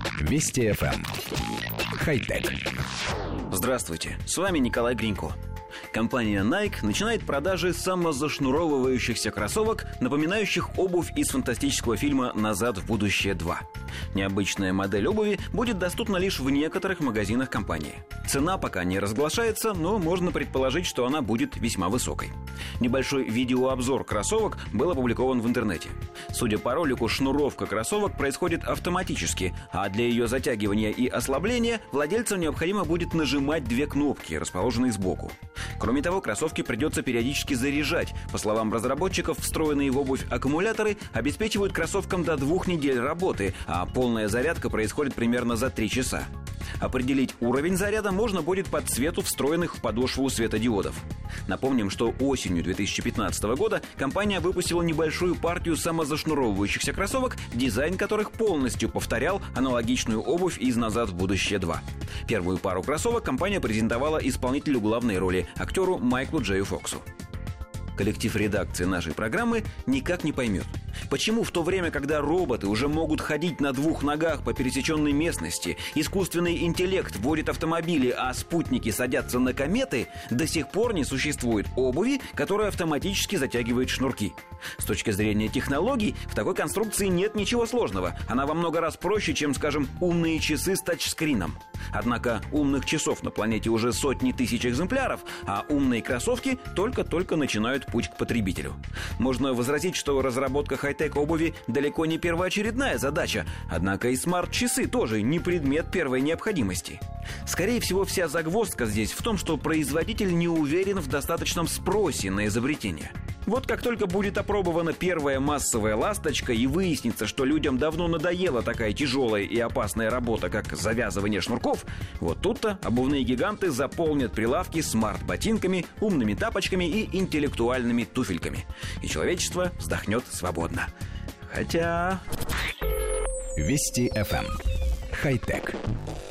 Вести ФМ. Хай-тек. Здравствуйте, с вами Николай Гринько. Компания Nike начинает продажи самозашнуровывающихся кроссовок, напоминающих обувь из фантастического фильма «Назад в будущее 2». Необычная модель обуви будет доступна лишь в некоторых магазинах компании. Цена пока не разглашается, но можно предположить, что она будет весьма высокой. Небольшой видеообзор кроссовок был опубликован в интернете. Судя по ролику, шнуровка кроссовок происходит автоматически, а для ее затягивания и ослабления владельцам необходимо будет нажимать две кнопки, расположенные сбоку. Кроме того, кроссовки придется периодически заряжать. По словам разработчиков, встроенные в обувь аккумуляторы обеспечивают кроссовкам до 2 недель работы, а полная зарядка происходит примерно за 3 часа. Определить уровень заряда можно будет по цвету встроенных в подошву светодиодов. Напомним, что осенью 2015 года компания выпустила небольшую партию самозашнуровывающихся кроссовок, дизайн которых полностью повторял аналогичную обувь из «Назад в будущее 2». Первую пару кроссовок компания презентовала исполнителю главной роли, актеру Майклу Джею Фоксу. Коллектив редакции нашей программы никак не поймет, почему в то время, когда роботы уже могут ходить на 2 ногах по пересеченной местности, искусственный интеллект водит автомобили, а спутники садятся на кометы, до сих пор не существует обуви, которая автоматически затягивает шнурки. С точки зрения технологий, в такой конструкции нет ничего сложного. Она во много раз проще, чем, скажем, умные часы с тачскрином. Однако умных часов на планете уже сотни тысяч экземпляров, а умные кроссовки только-только начинают путь к потребителю. Можно возразить, что разработка хай-тек обуви далеко не первоочередная задача, однако и смарт-часы тоже не предмет первой необходимости. Скорее всего, вся загвоздка здесь в том, что производитель не уверен в достаточном спросе на изобретение. Вот как только будет опробована первая массовая ласточка и выяснится, что людям давно надоела такая тяжелая и опасная работа, как завязывание шнурков, вот тут-то обувные гиганты заполнят прилавки смарт-ботинками, умными тапочками и интеллектуальными туфельками. И человечество вздохнет свободно. Хотя... Вести ФМ. Хай-тек.